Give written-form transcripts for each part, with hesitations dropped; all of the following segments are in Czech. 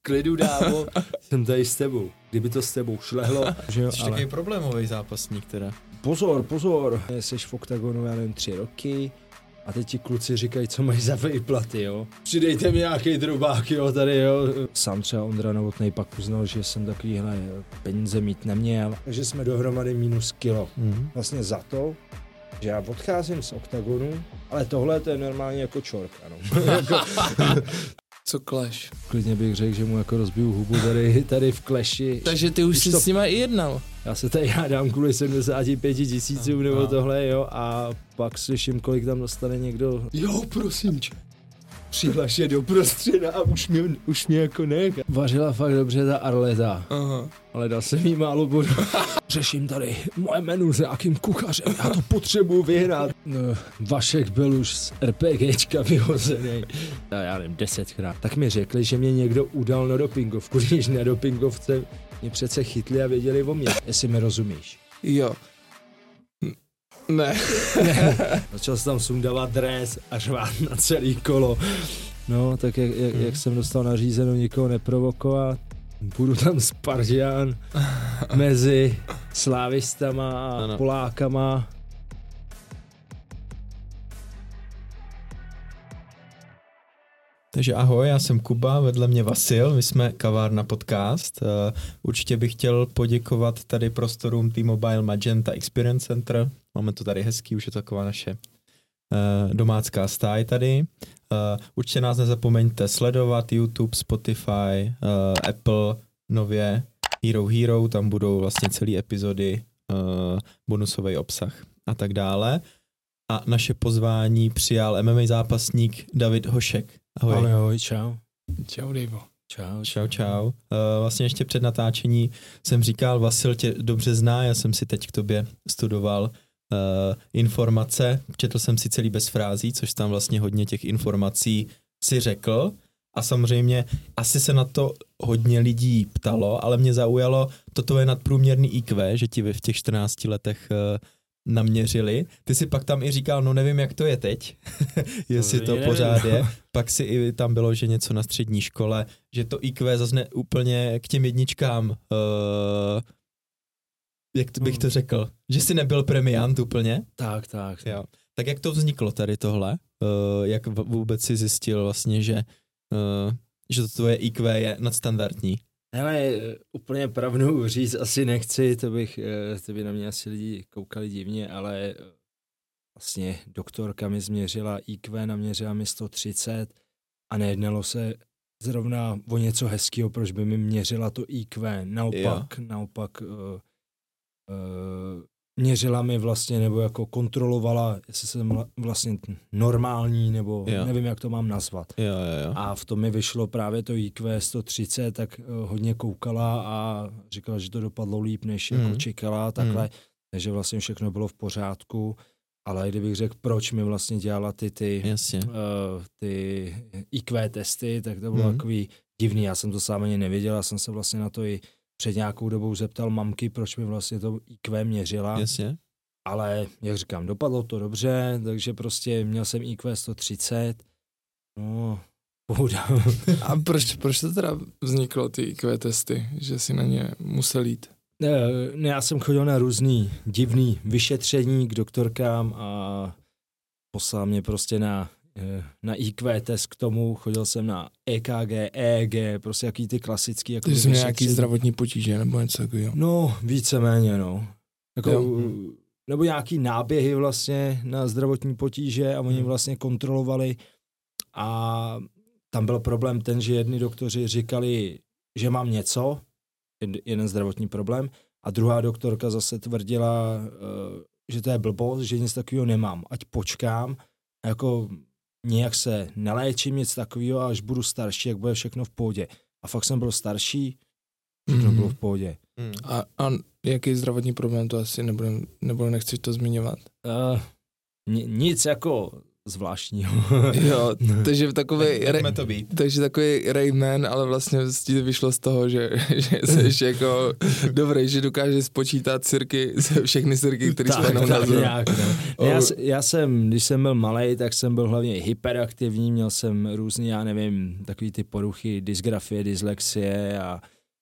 klidu, dámo, jsem tady s tebou. Kdyby to s tebou šlehlo, že jo, jsi takový problémový zápasník teda. Pozor, jsi v oktagonu, já nevím, 3 roky a teď ti kluci říkají, co mají za výplaty, jo. Přidejte mi nějaký drobák, jo, tady, jo. Sám třeba Ondra Novotnej pak uznal, že jsem takovýhle peníze mít neměl, takže jsme dohromady minus kilo. Vlastně za to, že já odcházím z oktagonu, ale tohle to je normálně jako čorka, no. Co Clash? Klidně bych řekl, že mu jako rozbiju hubu tady v Clashi. Takže ty už jsi s nima i jednal. Já se tady hádám kvůli 75 000 nebo tohle, jo, a pak slyším, kolik tam dostane někdo. Jo, prosím tě. Přihlaš je do prostředa a už mě jako nechá. Vařila fakt dobře ta Arleta, ale dal jsem jí málo bodu. Řeším tady moje menu s nějakým kuchařem, já to potřebuju vyhrát. No, Vašek byl už z RPGčka vyhozený. Já nevím, 10krát. Tak mi řekli, že mě někdo udal na dopingovku, když na dopingovce mě přece chytli a věděli o mě, jestli mi rozumíš. Jo. Ne. Začal jsem tam sundávat dres a řvát na celý kolo. No, tak jak jsem dostal nařízeno nikoho neprovokovat, budu tam Spartian mezi slávistama a Polákama. Takže ahoj, já jsem Kuba, vedle mě Vasil, my jsme Kavárna podcast. Určitě bych chtěl poděkovat tady prostorům T-Mobile Magenta Experience Center. Máme to tady hezký, už je to taková naše domácká stáj tady. Určitě nás nezapomeňte sledovat YouTube, Spotify, Apple, nově Hero, tam budou vlastně celé epizody, bonusový obsah a tak dále. A naše pozvání přijal MMA zápasník David Hošek. Ahoj. Ahoj, čau. Čau, Dejvo. Čau. Vlastně ještě před natáčení jsem říkal, Vasil tě dobře zná, já jsem si teď k tobě studoval informace, četl jsem si celý bez frází, což tam vlastně hodně těch informací si řekl a samozřejmě asi se na to hodně lidí ptalo, ale mě zaujalo, toto je nadprůměrný IQ, že ti v těch 14 letech naměřili. Ty si pak tam i říkal, no nevím, jak to je teď, jestli to pořád je. Pak si i tam bylo, že něco na střední škole, že to IQ zase úplně k těm jedničkám, jak bych to řekl, že jsi nebyl premiant úplně. Tak. Jo. Tak jak to vzniklo tady tohle? Jak vůbec si zjistil vlastně, že to tvoje IQ je nadstandardní? Hele, úplně pravdu říct asi nechci, to by na mě asi lidi koukali divně, ale vlastně doktorka mi změřila IQ, naměřila mi 130 a nejednalo se zrovna o něco hezkého, proč by mi měřila to IQ. Naopak měřila mi vlastně, nebo jako kontrolovala, jestli jsem vlastně normální, nebo nevím, jak to mám nazvat. Jo. A v tom mi vyšlo právě to IQ 130, tak hodně koukala a říkala, že to dopadlo líp, než jako čekala, takhle. Takže vlastně všechno bylo v pořádku, ale kdybych řekl, proč mi vlastně dělala ty IQ testy, tak to bylo takový divný. Já jsem to sám ani nevěděl, já jsem se vlastně na to i před nějakou dobou zeptal mamky, proč mi vlastně to IQ měřila. Jasně. Ale, jak říkám, dopadlo to dobře, takže prostě měl jsem IQ 130. No, pohoda. A proč to teda vzniklo, ty IQ testy, že si na ně musel jít? Ne, já jsem chodil na různý divný vyšetření k doktorkám a poslal mě prostě na IQ test k tomu, chodil jsem na EKG, EEG, prostě jaký ty klasický. Jako ty jsi měl nějaký zdravotní potíže nebo něco takového? No, víceméně, no. Jako, nebo nějaký náběhy vlastně na zdravotní potíže a oni vlastně kontrolovali a tam byl problém ten, že jedni doktoři říkali, že mám něco, jeden zdravotní problém, a druhá doktorka zase tvrdila, že to je blbost, že nic takového nemám, ať počkám, jako nějak se neléčím, nic takového, až budu starší, jak bude všechno v pohodě. A fakt jsem byl starší, všechno bylo v pohodě. A jaký zdravotní problém to asi nebudu, nechci to zmiňovat? Nic jako zvláštního. Jo, takže takový Rayman, ale vlastně ti vyšlo z toho, že jsi jako dobrý, že dokáže spočítat všechny sirky, které stanou na zem. Já jsem, když jsem byl malej, tak jsem byl hlavně hyperaktivní, měl jsem různý, já nevím, takový ty poruchy, dysgrafie, dyslexie a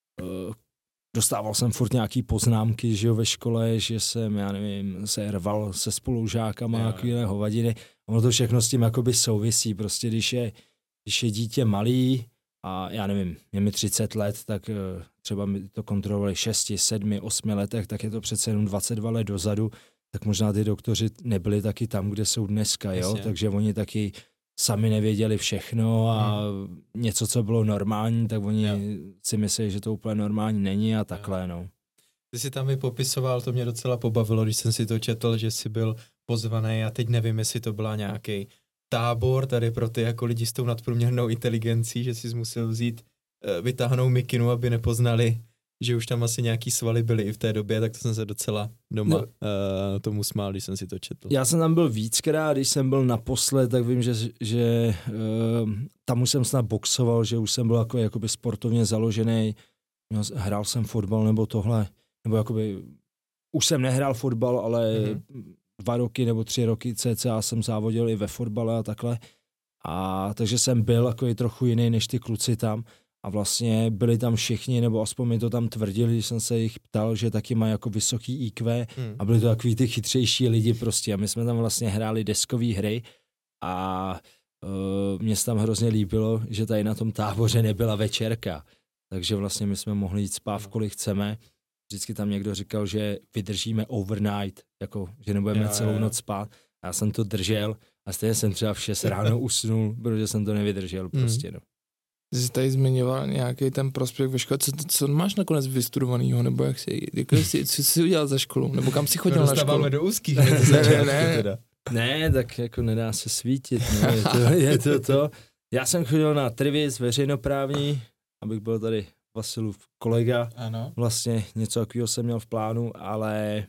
dostával jsem furt nějaký poznámky, že jo, ve škole, že jsem, já nevím, se rval se spolužákama, nějaké hovadiny. Ono to všechno s tím jakoby souvisí. Prostě když je dítě malý a já nevím, je mi 30 let, tak třeba mi to kontrolovali 6, 7, 8 letech, tak je to přece jenom 22 let dozadu, tak možná ty doktoři nebyli taky tam, kde jsou dneska, jo, Jasně. takže oni taky sami nevěděli všechno a něco, co bylo normální, tak oni si myslí, že to úplně normální není a takhle, no. Ty jsi tam i popisoval, to mě docela pobavilo, když jsem si to četl, že jsi byl pozvaný a teď nevím, jestli to byla nějaký tábor tady pro ty jako lidi s tou nadprůměrnou inteligencí, že jsi musel vytáhnout mikinu, aby nepoznali, že už tam asi nějaký svaly byly i v té době, tak to jsem se docela doma tomu smál, když jsem si to četl. Já jsem tam byl víckrát, když jsem byl naposled, tak vím, že tam už jsem snad boxoval, že už jsem byl jakoby sportovně založený, hrál jsem fotbal nebo tohle, nebo jakoby, už jsem nehrál fotbal, ale 2 roky nebo 3 roky cca jsem závodil i ve fotbale a takhle. A takže jsem byl takový trochu jiný než ty kluci tam. A vlastně byli tam všichni, nebo aspoň mi to tam tvrdili, když jsem se jich ptal, že taky mají jako vysoký IQ a byli to takový ty chytřejší lidi prostě. A my jsme tam vlastně hráli deskové hry a mně se tam hrozně líbilo, že tady na tom táboře nebyla večerka. Takže vlastně my jsme mohli jít spát, kolik chceme. Vždycky tam někdo říkal, že vydržíme overnight, jako, že nebudeme celou noc spát. A já jsem to držel a stejně jsem třeba v 6 ráno usnul, protože jsem to nevydržel prostě, no. Jsi tady zmiňoval nějaký ten prospekt ve škole. Co máš nakonec vystudovanýho, nebo co jsi udělal za školu, nebo kam jsi chodil na školu? Dostáváme do úzkých. Ne, tak jako nedá se svítit, no. je to. Já jsem chodil na Trivic, veřejnoprávní, abych byl tady Vasilův kolega. Ano. Vlastně něco takového jsem měl v plánu, ale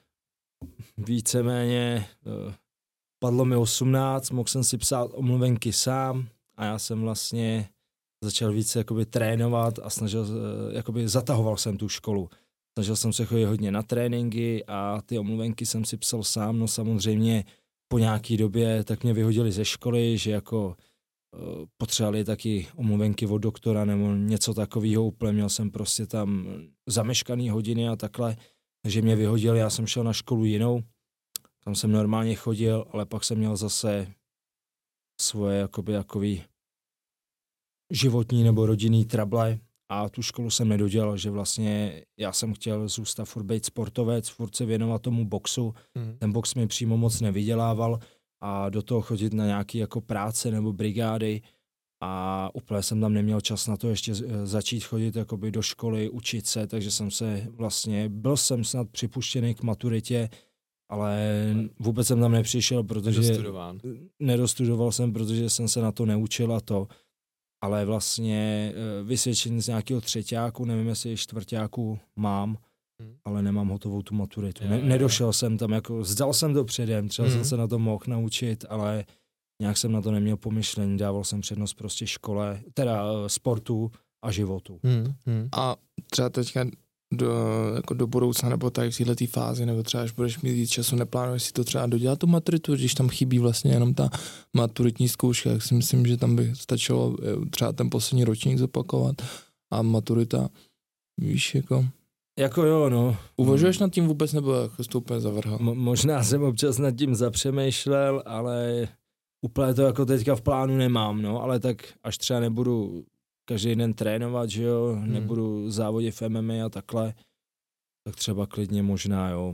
víceméně padlo mi 18, mohl jsem si psát omluvenky sám a já jsem vlastně začal více jakoby trénovat a zatahoval jsem tu školu. Snažil jsem se chodit hodně na tréninky a ty omluvenky jsem si psal sám, no samozřejmě po nějaký době tak mě vyhodili ze školy, že jako potřebovali taky omluvenky od doktora nebo něco takového, úplně měl jsem prostě tam zameškaný hodiny a takhle, takže mě vyhodili, já jsem šel na školu jinou, tam jsem normálně chodil, ale pak jsem měl zase svoje jakoby životní nebo rodinný trable a tu školu jsem nedodělal, že vlastně já jsem chtěl zůstat furt být sportovec, furt se věnovat tomu boxu, ten box mi přímo moc nevydělával a do toho chodit na nějaké jako práce nebo brigády a úplně jsem tam neměl čas na to ještě začít chodit jakoby do školy, učit se, takže byl jsem snad připuštěný k maturitě, ale vůbec jsem tam nepřišel, protože nedostudoval jsem, protože jsem se na to neučil a to, ale vlastně vysvědčení z nějakého 3., nevím, jestli 4. mám, ale nemám hotovou tu maturitu. Nedošel jsem tam, jako vzdal jsem to předem, třeba jsem se na to mohl naučit, ale nějak jsem na to neměl pomyšlení, dával jsem přednost prostě škole, teda sportu a životu. A třeba teďka do budoucna, nebo tady v této fázi, nebo třeba až budeš mít víc času, neplánuješ si to třeba dodělat tu maturitu, když tam chybí vlastně jenom ta maturitní zkouška, tak si myslím, že tam by stačilo třeba ten poslední ročník zopakovat a maturita, víš, jako... Jako jo, no. Uvažuješ nad tím vůbec, nebo jako jsi to úplně zavrhal? Možná jsem občas nad tím zapřemýšlel, ale úplně to jako teďka v plánu nemám, no, ale tak až třeba nebudu každý den trénovat, že jo, nebudu závodit v MMA a takhle, tak třeba klidně možná, jo.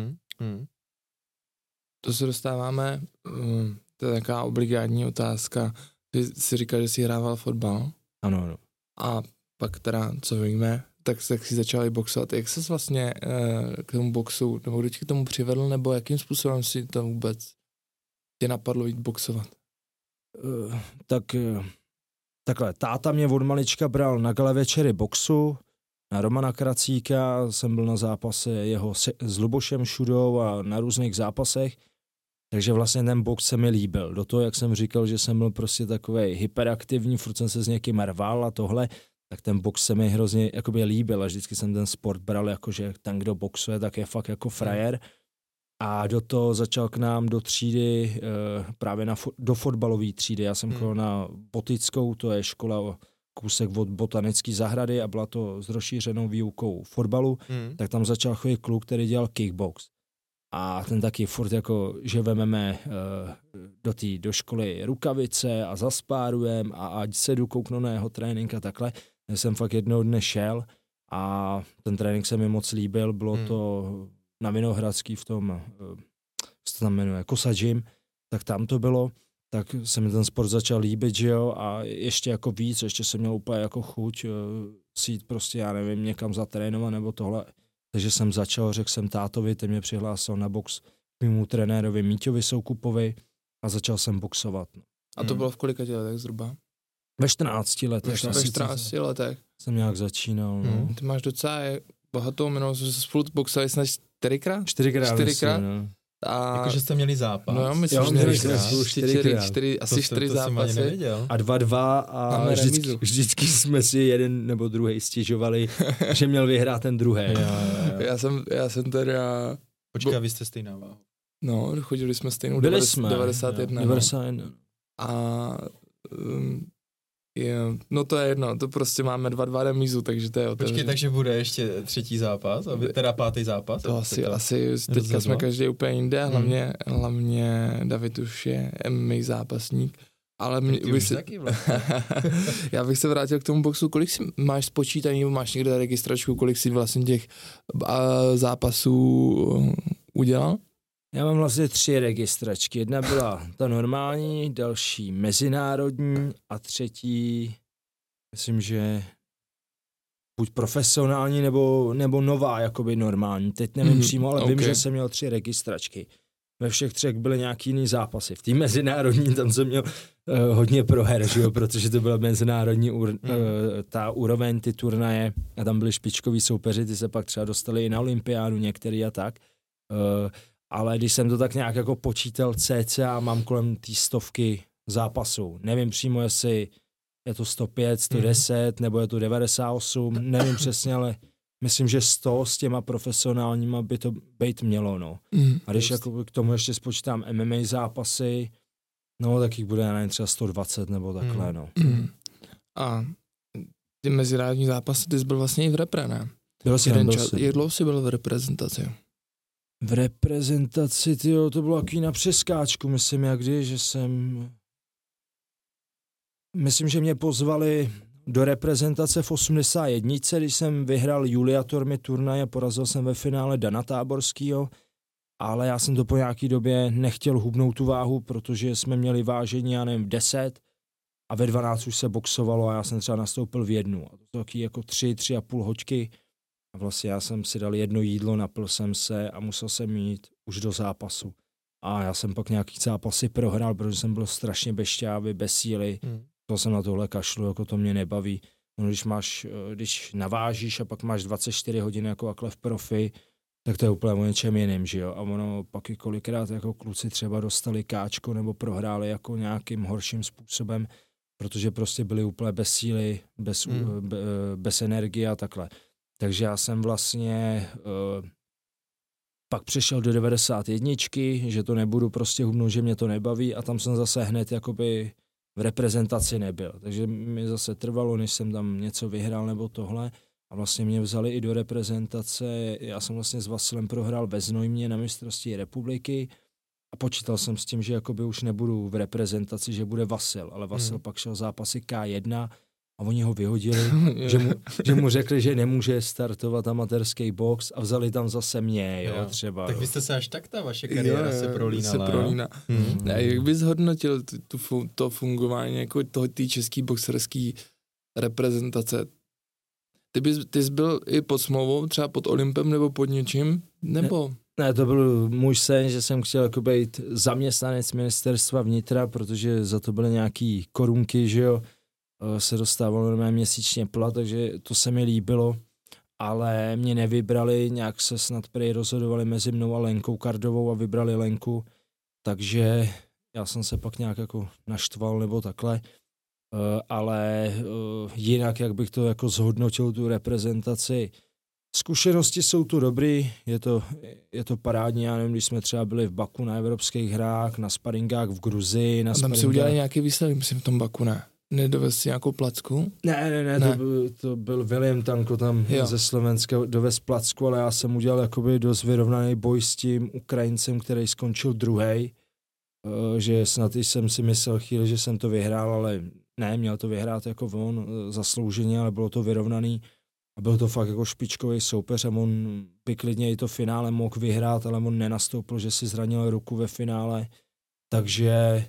To se dostáváme, to je taková obligátní otázka. Ty jsi říkal, že jsi hrával fotbal. Ano. A pak teda, co víme, tak si začal i boxovat. Jak ses vlastně k tomu boxu, nebo kdo tě k tomu přivedl, nebo jakým způsobem si to vůbec tě napadlo jít boxovat? Takhle, táta mě od malička bral na gala večery boxu, na Romana Kracíka, jsem byl na zápase jeho s Lubošem Šudou a na různých zápasech Takže vlastně ten box se mi líbil. Do toho, jak jsem říkal, že jsem byl prostě takovej hyperaktivní, furt jsem se s někým rval a tohle, tak ten box se mi hrozně jakoby líbil a vždycky jsem ten sport bral jako, že ten, kdo boxuje, tak je fakt jako frajer. A do toho začal k nám do třídy, právě do fotbalové třídy. Já jsem chodil na Botickou, to je škola kousek od botanické zahrady a byla to s rozšířenou výukou fotbalu. Tak tam začal chodit kluk, který dělal kickbox. A ten taky furt jako, že vememe do školy rukavice a zaspárujeme a ať se jdu kouknout na jeho trénink a takhle. Já jsem fakt jednoho dne šel a ten trénink se mi moc líbil, bylo to na Vinohradský v tom, co to tam jmenuje, Kosa Gym, tak tam to bylo, tak se mi ten sport začal líbit, že jo, a ještě jako víc, ještě jsem měl úplně jako chuť si jít prostě, já nevím, někam zatrénovat nebo tohle. Takže jsem začal, řekl jsem tátovi, ten mě přihlásil na box k mému trenérovi Míťovi Soukupovi a začal jsem boxovat. A to bylo v kolika letech zhruba? Ve 14 letech. Ve 14 letech. Jsem nějak začínal. No. Ty máš docela bohatou minulost, že se spolu boxali snad 4krát? 4krát. No. A jakože jste měli zápas. No, myslím, že měli 4 asi 4 zápasy. A 2-2 a vždycky jsme si jeden nebo druhý stěžovali, že měl vyhrát ten druhý. Já jsem teda... Počkej, vy jste stejná váha. No, chodili jsme stejnou 91. A no to je jedno, to prostě máme 2-2 remízu, takže to je otevřené. Počkej, takže bude ještě třetí zápas, teda pátý zápas? To asi teďka jsme každý úplně jinde, hlavně David už je MMA zápasník, ale taky vlastně. Já bych se vrátil k tomu boxu, kolik si máš spočítaný, nebo máš někde registračku, kolik si vlastně těch zápasů udělal? Já mám vlastně 3 registračky. Jedna byla ta normální, další mezinárodní a třetí, myslím, že buď profesionální nebo nová, jakoby normální. Teď nevím přímo, ale vím, že jsem měl 3 registračky. Ve všech 3 byly nějaký jiný zápasy. V té mezinárodní tam jsem měl hodně proher, že jo, protože to byla mezinárodní ta úroveň, ty turnaje a tam byli špičkoví soupeři, ty se pak třeba dostali i na olympiádu některý a tak. Ale když jsem to tak nějak jako počítal cca, mám kolem té 100 zápasů. Nevím přímo, jestli je to 105, 110, nebo je to 98, nevím přesně, ale myslím, že 100 s těma profesionálníma by to být mělo, no. A když jako k tomu ještě spočítám MMA zápasy, no, tak jich bude, já nevím, třeba 120 nebo takhle, no. A ty mezinárodní zápasy, ty jsi byl vlastně i v repre, ne? Jak dlouho jsi byl v reprezentaci? V reprezentaci, tyjo, to bylo takový na přeskáčku, myslím, myslím, že mě pozvali do reprezentace v 81, když jsem vyhrál Juliatormi turnaj a porazil jsem ve finále Dana Táborskýho, ale já jsem to po nějaký době nechtěl hubnout tu váhu, protože jsme měli vážení, já nevím, 10 a ve 12 už se boxovalo a já jsem třeba nastoupil v 1. A to bylo taky jako 3,5 hoďky. A vlastně já jsem si dal jedno jídlo, napil jsem se a musel jsem jít už do zápasu. A já jsem pak nějaký zápasy prohrál, protože jsem byl strašně bez šťávy, bez síly. To jsem na tohle kašlu, jako to mě nebaví. No, když navážíš a pak máš 24 hodin jako takhle v profi, tak to je úplně o něčem jiným, že jo. A ono pak i kolikrát jako kluci třeba dostali káčko nebo prohráli jako nějakým horším způsobem, protože prostě byli úplně bez síly, bez energie a takhle. Takže já jsem vlastně pak přešel do 91, že to nebudu prostě hubnout, že mě to nebaví a tam jsem zase hned jakoby v reprezentaci nebyl. Takže mi zase trvalo, než jsem tam něco vyhrál nebo tohle a vlastně mě vzali i do reprezentace. Já jsem vlastně s Vasilem prohrál ve Znojmě na mistrovství republiky a počítal jsem s tím, že jakoby už nebudu v reprezentaci, že bude Vasil, ale Vasil pak šel zápasy K1 a oni ho vyhodili, že mu řekli, že nemůže startovat amatérský box a vzali tam zase mě, jo, třeba. Tak vy jste se až tak ta vaše kariéra se prolínala. Jak bys hodnotil to fungování jako té české boxerské reprezentace? Ty jsi byl i pod smlouvou, třeba pod Olympem nebo pod něčím, nebo... Ne, to byl můj sen, že jsem chtěl jako být zaměstnanec ministerstva vnitra, protože za to byly nějaký korunky, že jo, se dostávalo normálně měsíčně plat, takže to se mi líbilo, ale mě nevybrali, nějak se snad prej rozhodovali mezi mnou a Lenkou Kardovou a vybrali Lenku, takže já jsem se pak nějak jako naštval nebo takhle, ale jinak, jak bych to jako zhodnotil, tu reprezentaci, zkušenosti jsou tu dobrý, je to parádní, já nevím, když jsme třeba byli v Baku na evropských hrách, na sparingách v Gruzii, na tam si udělali nějaký výsledek, myslím v tom Baku, ne? Nedovez si nějakou placku? Ne. To byl William Tanko tam ze Slovenska dovez placku, ale já jsem udělal jakoby dost vyrovnaný boj s tím Ukrajincem, který skončil druhej, že snad jsem si myslel chvíli, že jsem to vyhrál, ale ne, měl to vyhrát jako on zaslouženě, ale bylo to vyrovnaný a byl to fakt jako špičkový soupeř a on by klidně i to finále mohl vyhrát, ale on nenastoupil, že si zranil ruku ve finále, takže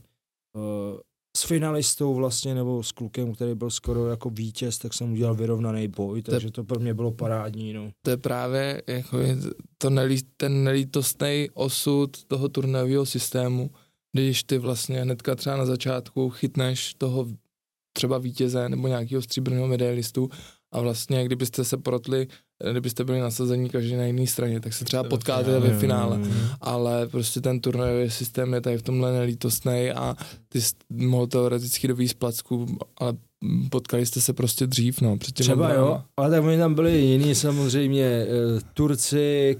s finalistou vlastně, nebo s klukem, který byl skoro jako vítěz, tak jsem udělal vyrovnaný boj, takže to pro mě bylo parádní. No. To je právě jako ten nelítostný osud toho turnajového systému, když ty vlastně hnedka třeba na začátku chytneš toho třeba vítěze nebo nějakého stříbrného medailistu a vlastně kdybyste se porotli, kdybyste byli nasazení každý na jiné straně, tak se třeba potkáte ve finále. Ale prostě ten turnajový systém je tady v tomhle nelítostnej a ty mohl teoreticky dovést placku, ale potkali jste se prostě dřív, no. Třeba jo, ale tak oni tam byli jiní samozřejmě, Turci,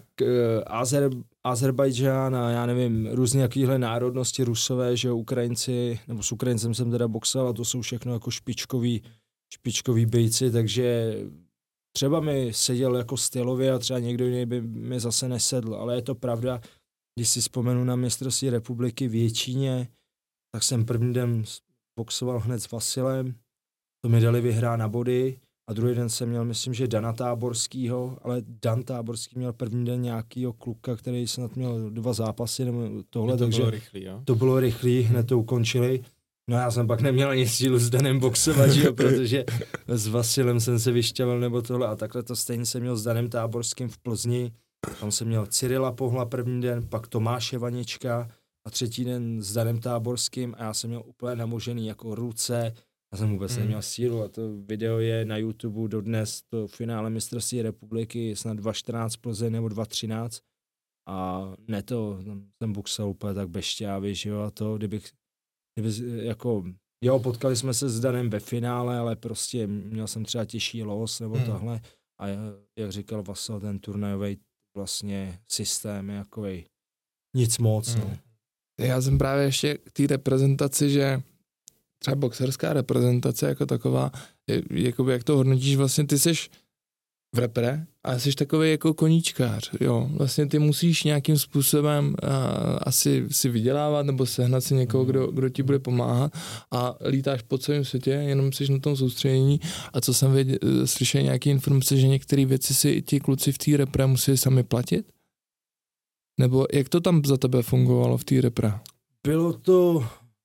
Azerbajdžán a já nevím, různě jakýhle národnosti, Rusové, že Ukrajinci, nebo s Ukrajincem jsem teda boxoval a to jsou všechno jako špičkoví bejci, takže třeba mi seděl jako stylově a třeba někdo jiný by mi zase nesedl, ale je to pravda, když si vzpomenu na mistrovství republiky v Jičíně, tak jsem první den boxoval hned s Vasilem, to mi dali vyhrát na body a druhý den jsem měl, myslím, že Dana Táborskýho, ale Dan Táborský měl první den nějakýho kluka, který snad měl 2 zápasy nebo tohle, takže to bylo rychlý, hned to ukončili. No já jsem pak neměl ani sílu s Danem boxovat, jo, protože s Vasilem jsem se vyšťaval nebo tohle a takhle to stejně jsem měl s Danem Táborským v Plzni, tam jsem měl Cyrila Pohla první den, pak Tomáše Vanička a třetí den s Danem Táborským a já jsem měl úplně namožený jako ruce, já jsem vůbec neměl sílu a to video je na YouTube dodnes, to finále mistrovství republiky, snad 2.14 Plzeň nebo 2.13 a ne to, tam jsem boxoval úplně tak bešťávy, že jo, a to, kdyby jako, jo, potkali jsme se s Danem ve finále, ale prostě měl jsem třeba těžší los nebo tohle a jak říkal Vasil, ten turnajový vlastně systém je jakovej nic moc. No. Já jsem právě ještě k té reprezentaci, že třeba boxerská reprezentace jako taková, jakoby jak to hodnotíš, vlastně ty seš v repre a jsi takový jako koníčkář, jo, vlastně ty musíš nějakým způsobem asi si vydělávat nebo sehnat si někoho, kdo ti bude pomáhat a lítáš po celém světě, jenom jsi na tom soustředění a co jsem slyšel nějaké informace, že některé věci si ti kluci v té repre musí sami platit? Nebo jak to tam za tebe fungovalo v té repre? Bylo to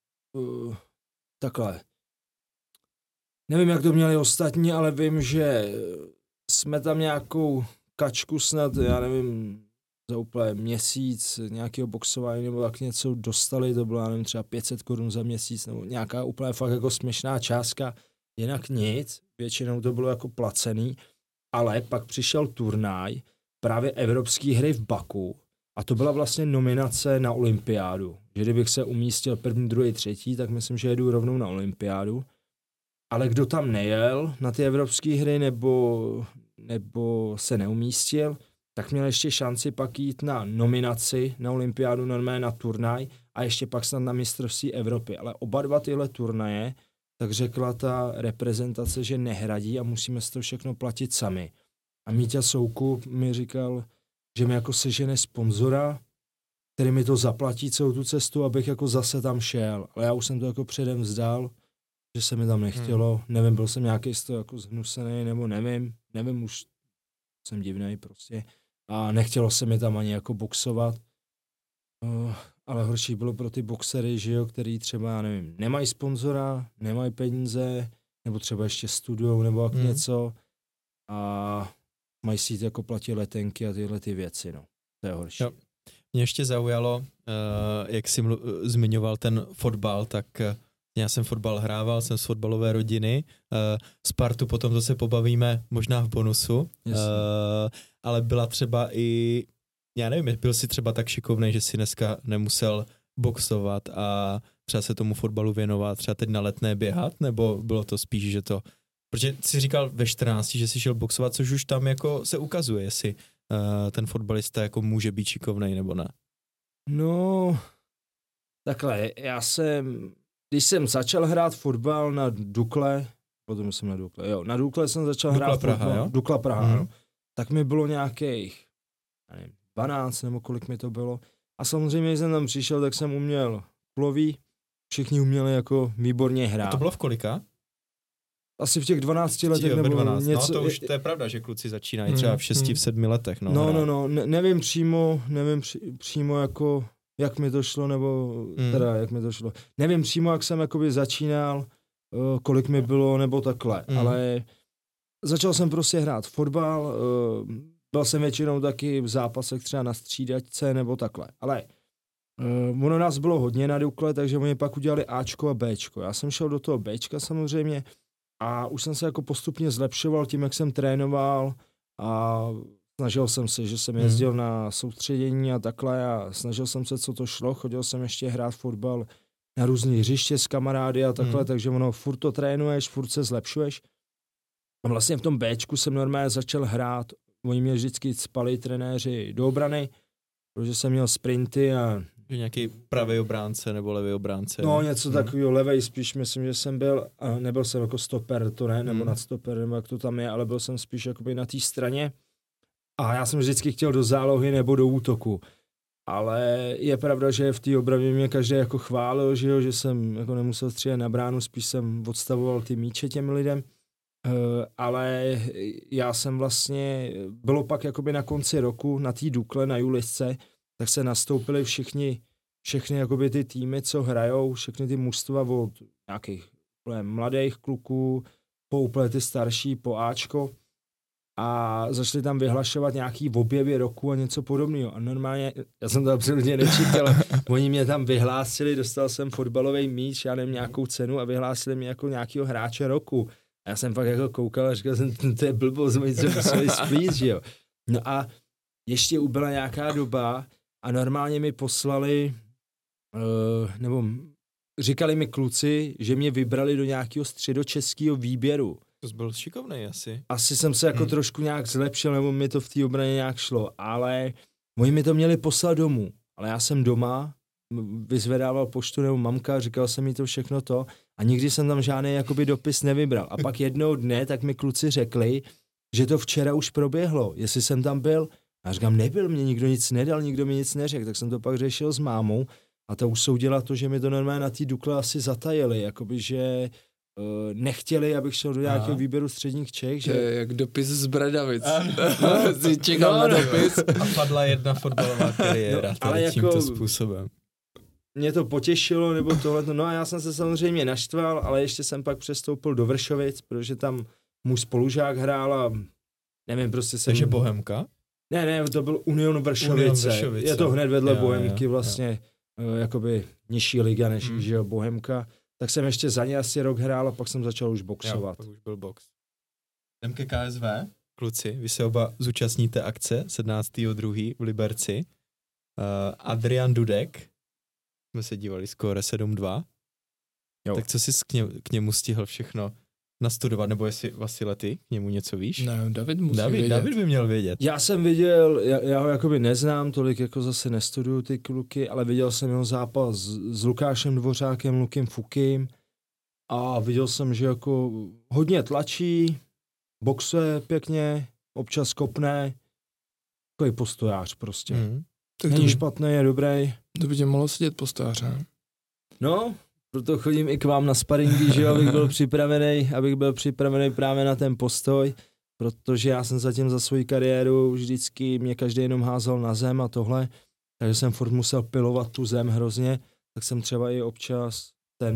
takhle. Nevím, jak to měli ostatní, ale vím, že jsme tam nějakou kačku snad, já nevím, za úplně měsíc nějakého boxování nebo tak něco dostali, to bylo, já nevím, třeba 500 korun za měsíc nebo nějaká úplně fakt jako směšná částka, jinak nic, většinou to bylo jako placený, ale pak přišel turnaj, právě Evropské hry v Baku a to byla vlastně nominace na olympiádu, že kdybych se umístil první, druhý, třetí, tak myslím, že jedu rovnou na olympiádu. Ale kdo tam nejel na ty evropské hry nebo se neumístil, tak měl ještě šanci pak jít na nominaci na olympiádu, normálně na turnaj a ještě pak snad na mistrovství Evropy. Ale oba dva tyhle turnaje, tak řekla ta reprezentace, že nehradí a musíme si to všechno platit sami. A Míťa Soukup mi říkal, že mi jako sežene sponzora, který mi to zaplatí celou tu cestu, abych jako zase tam šel. Ale já už jsem to jako předem vzdal, že se mi tam nechtělo, nevím, byl jsem nějaký z toho jako zhnusený, nebo nevím, už jsem divnej prostě a nechtělo se mi tam ani jako boxovat, ale horší bylo pro ty boxery, že jo, který třeba, já nevím, nemají sponzora, nemají peníze, nebo třeba ještě studujou, nebo jak něco a mají si jít jako platit letenky a tyhle ty věci, no, to je horší. Jo. Mě ještě zaujalo, jak jsi zmiňoval ten fotbal, tak já jsem fotbal hrával, jsem z fotbalové rodiny, Spartu potom to se pobavíme možná v bonusu, ale byla třeba i, já nevím, byl jsi třeba tak šikovnej, že si dneska nemusel boxovat a třeba se tomu fotbalu věnovat, třeba teď na Letné běhat, nebo bylo to spíš, že to, protože jsi říkal ve 14, že jsi šel boxovat, což už tam jako se ukazuje, jestli ten fotbalista jako může být šikovnej nebo ne. No, takhle, když jsem začal hrát fotbal na Dukle, potom jsem na Dukle jsem začal Dukla hrát Praha, fotbal, jo? Dukla Praha, no. Tak mi bylo nějakých, 12 nebo kolik mi to bylo. A samozřejmě, když jsem tam přišel, tak jsem uměl kulový, všichni uměli jako výborně hrát. A to bylo v kolika? Asi v těch 12 letech nebo 12. něco. No to už to je pravda, že kluci začínají třeba v 6, v 7 letech. No, nevím přímo jako, jak mi to šlo, nebo teda jak mi to šlo. Nevím přímo, jak jsem jakoby začínal, kolik mi bylo, nebo takhle, ale začal jsem prostě hrát fotbal, byl jsem většinou taky v zápasech třeba na střídačce, nebo takhle, ale ono nás bylo hodně na Dukle, takže oni pak udělali Ačko a Bčko. Já jsem šel do toho Bčka samozřejmě a už jsem se jako postupně zlepšoval tím, jak jsem trénoval a snažil jsem se, že jsem jezdil na soustředění a takhle a snažil jsem se, co to šlo, chodil jsem ještě hrát fotbal na různý hřiště s kamarády a takhle, takže ono furt to trénuješ, furt se zlepšuješ. A vlastně v tom Bčku jsem normálně začal hrát, oni mě vždycky cpali trenéři do obrany, protože jsem měl sprinty a nějaký pravý obránce nebo levý obránce. No něco takového, levej spíš myslím, že jsem byl, a nebyl jsem jako stoper, to ne, nebo nadstoper, nebo jak to tam je, ale byl jsem spíš jakoby na té straně. A já jsem vždycky chtěl do zálohy nebo do útoku. Ale je pravda, že v té obraně mě každý jako chválil, že jsem jako nemusel střílet na bránu, spíš jsem odstavoval ty míče těm lidem. Ale já jsem vlastně, bylo pak jakoby na konci roku na té Dukle, na Julisce, tak se nastoupili všechny jakoby ty týmy, co hrajou, všechny ty mužstva od nějakých mladých kluků, po úplně ty starší, po Ačko a začali tam vyhlašovat nějaký objevy roku a něco podobného. A normálně, já jsem to absolutně nečekal, oni mě tam vyhlásili, dostal jsem fotbalový míč, já nevím, nějakou cenu a vyhlásili mě jako nějakýho hráče roku. A já jsem fakt jako koukal a říkal jsem, to je blbost, oni se museli splít, že jo. No a ještě ubyla nějaká doba a normálně mi poslali, nebo říkali mi kluci, že mě vybrali do nějakého středočeského výběru. To byl šikovnej asi. Asi jsem se jako trošku nějak zlepšil, nebo mi to v té obraně nějak šlo, ale oni mi to měli poslat domů. Ale já jsem doma, vyzvedával poštu nebo mamka, říkal jsem mi to všechno to a nikdy jsem tam žádný jakoby dopis nevybral. A pak jednou dne tak mi kluci řekli, že to včera už proběhlo, jestli jsem tam byl. A já říkám, nebyl, mě nikdo nic nedal, nikdo mi nic neřekl, tak jsem to pak řešil s mámou a ta usoudila to, že mi to normálně na té Dukle asi zatajili, jakoby, že nechtěli, abych šel do nějakého výběru středních Čech. Že... Jak dopis z Bradavic. Jsi čekal na dopis. A padla jedna fotbalová kariéra ale tímto jako... způsobem. Mě to potěšilo, nebo tohle, no a já jsem se samozřejmě naštval, ale ještě jsem pak přestoupil do Vršovic, protože tam můj spolužák hrál a nevím, prostě jsem... Takže Bohemka? Ne, to byl Union Vršovice. Je to hned vedle Bohemky, vlastně jakoby nižší liga než že Bohemka. Tak jsem ještě za ně asi rok hrál a pak jsem začal už boxovat. Jo, pak už byl box. Jdem ke KSV. Kluci, vy se oba zúčastníte akce 17.2. v Liberci. Adrian Dudek, jsme se dívali skóre 7-2. Jo. Tak co jsi k němu stihl všechno nastudovat, nebo jestli Vasile ty k němu něco víš? Ne, David musí vědět. David by měl vědět. Já jsem viděl, já ho jakoby neznám, tolik jako zase nestuduju ty kluky, ale viděl jsem jeho zápas s Lukášem Dvořákem, Lukem Fukim a viděl jsem, že jako hodně tlačí, boxuje pěkně, občas kopne, takový postojář prostě. Tak není špatný, je dobrý. To by tě mohlo sedět postojáře. No, proto chodím i k vám na sparingy, že abych byl připravený právě na ten postoj, protože já jsem zatím za svou kariéru vždycky mě každý jenom házel na zem a tohle, takže jsem furt musel pilovat tu zem hrozně, tak jsem třeba i občas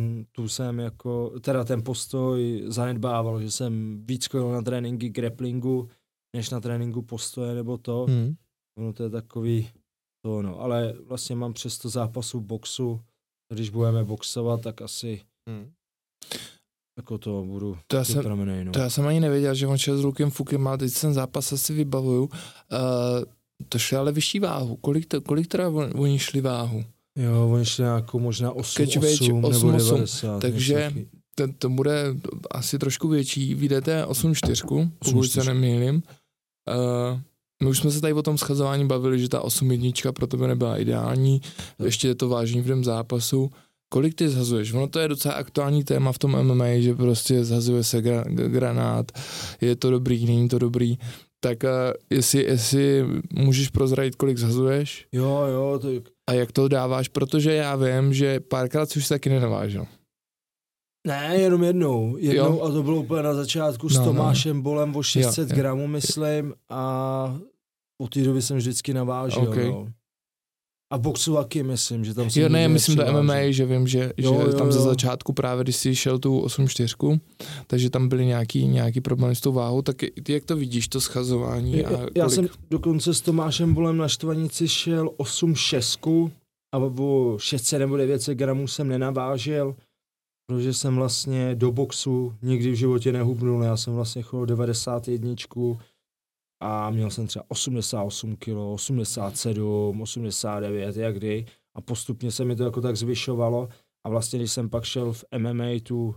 ten postoj zanedbával, že jsem víc chodil na tréninky grapplingu, než na tréninku postoje nebo to. No to je takový to, no, ale vlastně mám přes to zápasu boxu. Když budeme boxovat, tak asi jako to budu připravený. No. To já jsem ani nevěděl, že on šel s Lukem Fukem, ale teď ten zápas asi vybavuju. To šli ale vyšší váhu. Kolik teda oni šli váhu? Jo, oni šli nějakou možná 8 nebo 90. Takže to bude asi trošku větší. Vyjdete 8.4, pokud se nemýlím. My už jsme se tady o tom schazování bavili, že ta 8.1 pro tebe nebyla ideální, ještě je to vážný v tom zápasu. Kolik ty zhazuješ? Ono to je docela aktuální téma v tom MMA, že prostě zhazuje se granát, je to dobrý, není to dobrý. Tak jestli můžeš prozradit, kolik zhazuješ? Jo. A jak to dáváš? Protože já vím, že párkrát jsi už taky nenavážil. Ne, jenom jednou a to bylo úplně na začátku s Tomášem Bolem o 600 gramů, myslím, a po té době jsem vždycky navážil, okay. A v boxu taky myslím, že tam jsem... myslím do MMA, že vím, že tam ze začátku právě, když jsi šel tu 8.4, takže tam byly nějaký problémy s tou váhou, tak ty jak to vidíš, to schazování? Já jsem dokonce s Tomášem Bolem na Štvanici šel 8.6 a o 600 nebo 900 gramů jsem nenavážil, protože jsem vlastně do boxu nikdy v životě nehubnul, já jsem vlastně chodil 91 a měl jsem třeba 88 kg, 87, 89, jak kdy, a postupně se mi to jako tak zvyšovalo a vlastně když jsem pak šel v MMA tu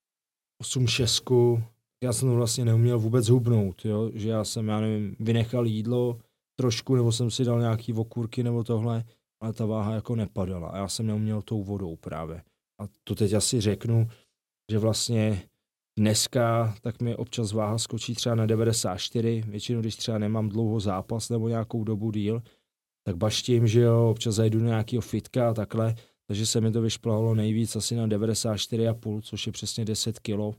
8.6, já jsem to vlastně neuměl vůbec hubnout, jo? Že já nevím, vynechal jídlo trošku, nebo jsem si dal nějaký okurky nebo tohle, ale ta váha jako nepadala a já jsem neuměl tou vodou právě. A to teď asi řeknu, že vlastně dneska tak mi občas váha skočí třeba na 94, většinou když třeba nemám dlouho zápas nebo nějakou dobu díl, tak baštím, že jo, občas zajdu do nějakého fitka a takhle, takže se mi to vyšplhalo nejvíc asi na 94,5, což je přesně 10 kilo.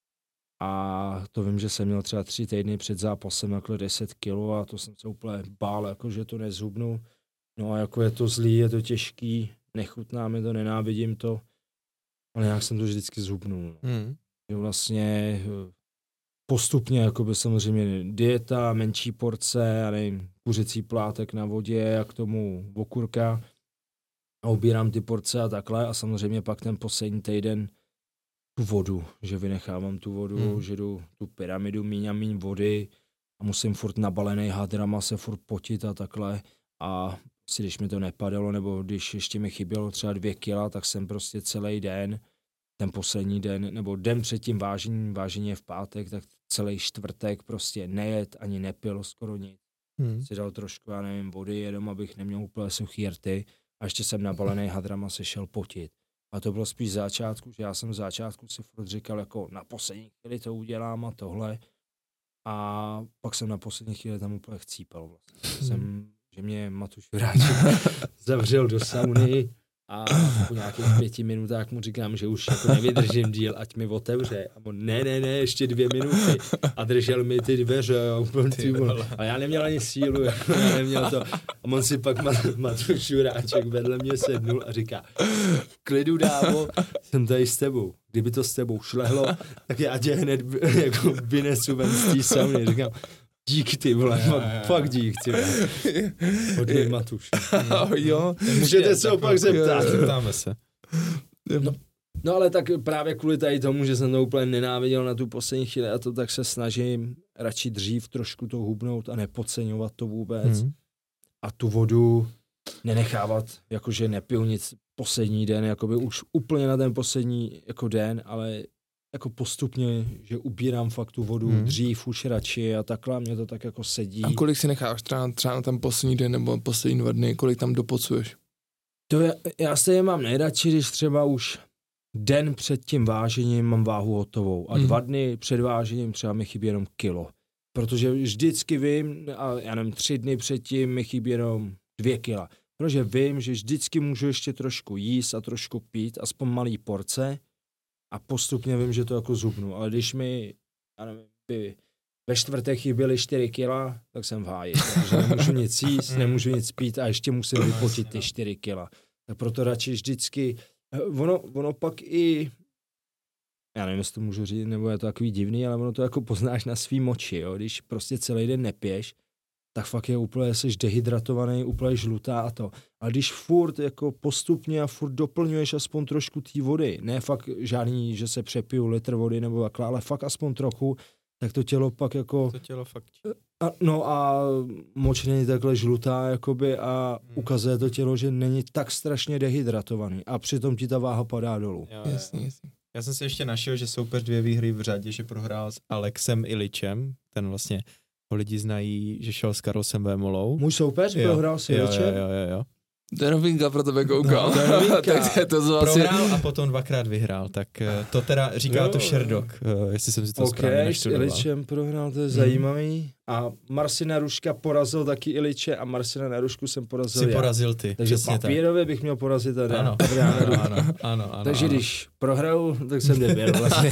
A to vím, že jsem měl třeba 3 týdny před zápasem takhle 10 kilo a to jsem se úplně bál, jako že to nezhubnu. No a jako je to zlý, je to těžký, nechutná mi to, nenávidím to, ale nějak jsem to vždycky zhubnul. Že vlastně postupně, jakoby samozřejmě dieta, menší porce, já nevím, kuřecí plátek na vodě a k tomu okurka a obírám ty porce a takhle a samozřejmě pak ten poslední týden tu vodu, že vynechávám tu vodu, že jdu tu pyramidu míň a míň vody a musím furt nabalenej hadrama se furt potit a takhle a si když mi to nepadalo nebo když ještě mi chybělo třeba 2 kila, tak jsem prostě celý den, ten poslední den, nebo den před tím vážení je v pátek, tak celý čtvrtek prostě nejet ani nepil skoro nic. Si dal trošku, já nevím, vody, jenom abych neměl úplně suchý rty a ještě jsem nabalený hadrama se šel potit. A to bylo spíš začátku, že já jsem v začátku si furt říkal, jako na poslední chvíli to udělám a tohle. A pak jsem na poslední chvíli tam úplně chcípal vlastně. Že mě Matuš Juráček zavřel do sauny a po nějakých 5 minutách mu říkám, že už jako nevydržím díl, ať mi otevře. A on, ne, ještě 2 minuty. A držel mi ty dveře. A já neměl ani sílu, jako já neměl to. A on si pak Matuš Juráček vedle mě sednul a říká, klidu dávo, jsem tady s tebou. Kdyby to s tebou šlehlo, tak já tě hned jako vynesu ven z té sauny. Říkám, díky ty vole, fakt dík ty vole. Hodnej Matuš. Jo. Můžete se opak zeptat. Zeptáme se. No ale tak právě kvůli tady tomu, že jsem to úplně nenáviděl na tu poslední chvíli a to tak se snažím radši dřív trošku to hubnout a nepodceňovat to vůbec. A tu vodu nenechávat, jakože nepiju nic poslední den, jakoby už úplně na ten poslední jako den, ale jako postupně, že ubírám fakt tu vodu dřív už radši a takhle, mě to tak jako sedí. A kolik si necháš třeba na ten poslední den nebo poslední 2 dny, kolik tam dopocuješ? Já se je mám nejradši, když třeba už den před tím vážením mám váhu hotovou a 2 dny před vážením třeba mi chybí jenom kilo. Protože vždycky vím, a já nevím, 3 dny předtím mi chybí jenom 2 kila. Protože vím, že vždycky můžu ještě trošku jíst a trošku pít, aspoň malý porce, a postupně vím, že to jako zhubnu, ale když mi, já nevím, ve čtvrtek chyběly 4 kila, tak jsem v háji, takže nemůžu nic jíst, nemůžu nic pít a ještě musím vypotit ty 4 kila. Tak proto radši vždycky, ono pak i, já nevím, jestli to můžu říct, nebo je to takový divný, ale ono to jako poznáš na svý moči, jo? Když prostě celý den nepiješ, tak fakt je úplně, jsi dehydratovaný, úplně žlutá a to. Ale když furt jako postupně a furt doplňuješ aspoň trošku té vody, ne fakt žádný, že se přepiju litr vody nebo takhle, ale fakt aspoň trochu, tak to tělo pak jako... To tělo fakt... A moč není takhle žlutá, jakoby, a ukazuje to tělo, že není tak strašně dehydratovaný a přitom ti ta váha padá dolů. Jo. Jasně. Já jsem si ještě našel, že soupeř 2 výhry v řadě, že prohrál s Alexem Iličem, ten vlastně ho lidi znají, že šel s Karlosem Vémolou. Můj soupeř prohrál s Iličem? Jo. To je novinka pro tebe, koukal. To je novinka. Tak to zase... Prohrál a potom 2krát vyhrál, tak to teda říká to Šerdok, jestli jsem si to správně naštudoval. S Iličem prohrál, to je zajímavý. A Marcina Ruška porazil taky Iliče a Marcina Narušku jsem porazil já. Porazil ty, takže papírově bych měl porazit tady. Ano. Takže když prohraju, tak jsem debil vlastně.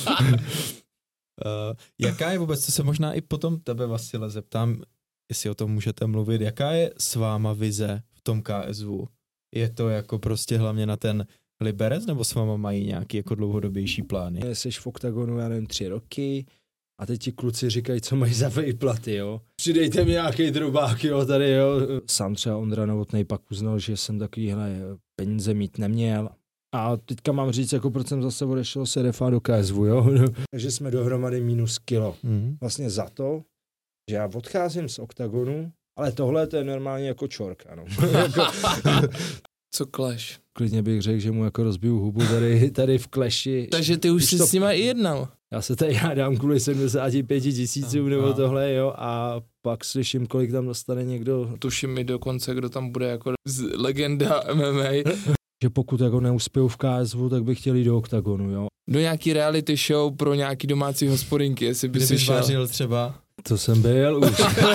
Jaká je vůbec, to se možná i potom tebe, Vasile, zeptám, jestli o tom můžete mluvit, jaká je s váma vize v tom KSV? Je to jako prostě hlavně na ten Liberec, nebo s váma mají nějaký jako dlouhodobější plány? Jsi v oktagonu, já nevím, 3 roky a teď ti kluci říkají, co mají za výplaty, jo. Přidejte mi nějaký drobák, jo, tady, jo. Sám třeba Ondra Novotnej pak uznal, že jsem takovýhle peníze mít neměl. A teďka mám říct, jako proč jsem zase odešel se RFA do KSV, jo. Takže jsme dohromady minus kilo. Vlastně za to, že já odcházím z oktagonu, ale tohle to je normálně jako čorka, no. Co Clash? Klidně bych řekl, že mu jako rozbiju hubu tady v Clashi. Takže ty už jsi s nima i jednal. Já se tady hádám kvůli 75 000 nebo tohle, jo, a pak slyším, kolik tam dostane někdo. Tuším mi dokonce, kdo tam bude jako legenda MMA. Že pokud jako neuspěju v KSV, tak bych chtěl jít do oktagonu, jo. Do nějaký reality show pro nějaký domácí hospodinky, jestli by si šel. Vařil třeba. To jsem byl už.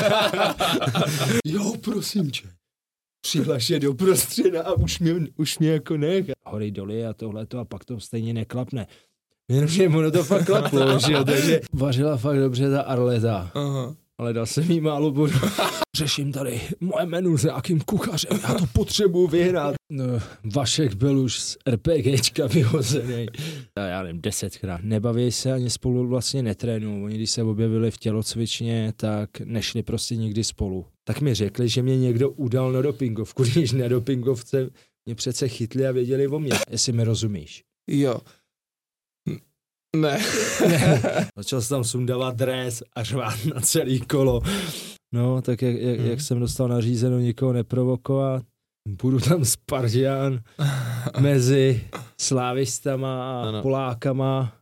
Jo, prosím tě. Přihlaš je do prostředa a už mě jako nech. Hory doly a tohleto a pak to stejně neklapne. Jenomže ono to fakt klaplo, že jo, takže vařila fakt dobře ta Arleta. Aha. Ale dal jsem jí málo bodu. Řeším tady moje menu s nějakým kuchařem, já to potřebuji vyhrát. No, Vašek byl už z RPGčka vyhozený. Já nevím, 10krát. Nebaví se ani spolu vlastně netrénují. Oni když se objevili v tělocvičně, tak nešli prostě nikdy spolu. Tak mi řekli, že mě někdo udal na dopingovku, když na dopingovce mě přece chytli a věděli o mě. Jestli mi rozumíš. Jo. Ne. Začal jsem tam sundávat dres a řvát na celý kolo. No, tak jak jsem dostal nařízeno nikoho neprovokovat, budu tam Spartian mezi slávistama a Polákama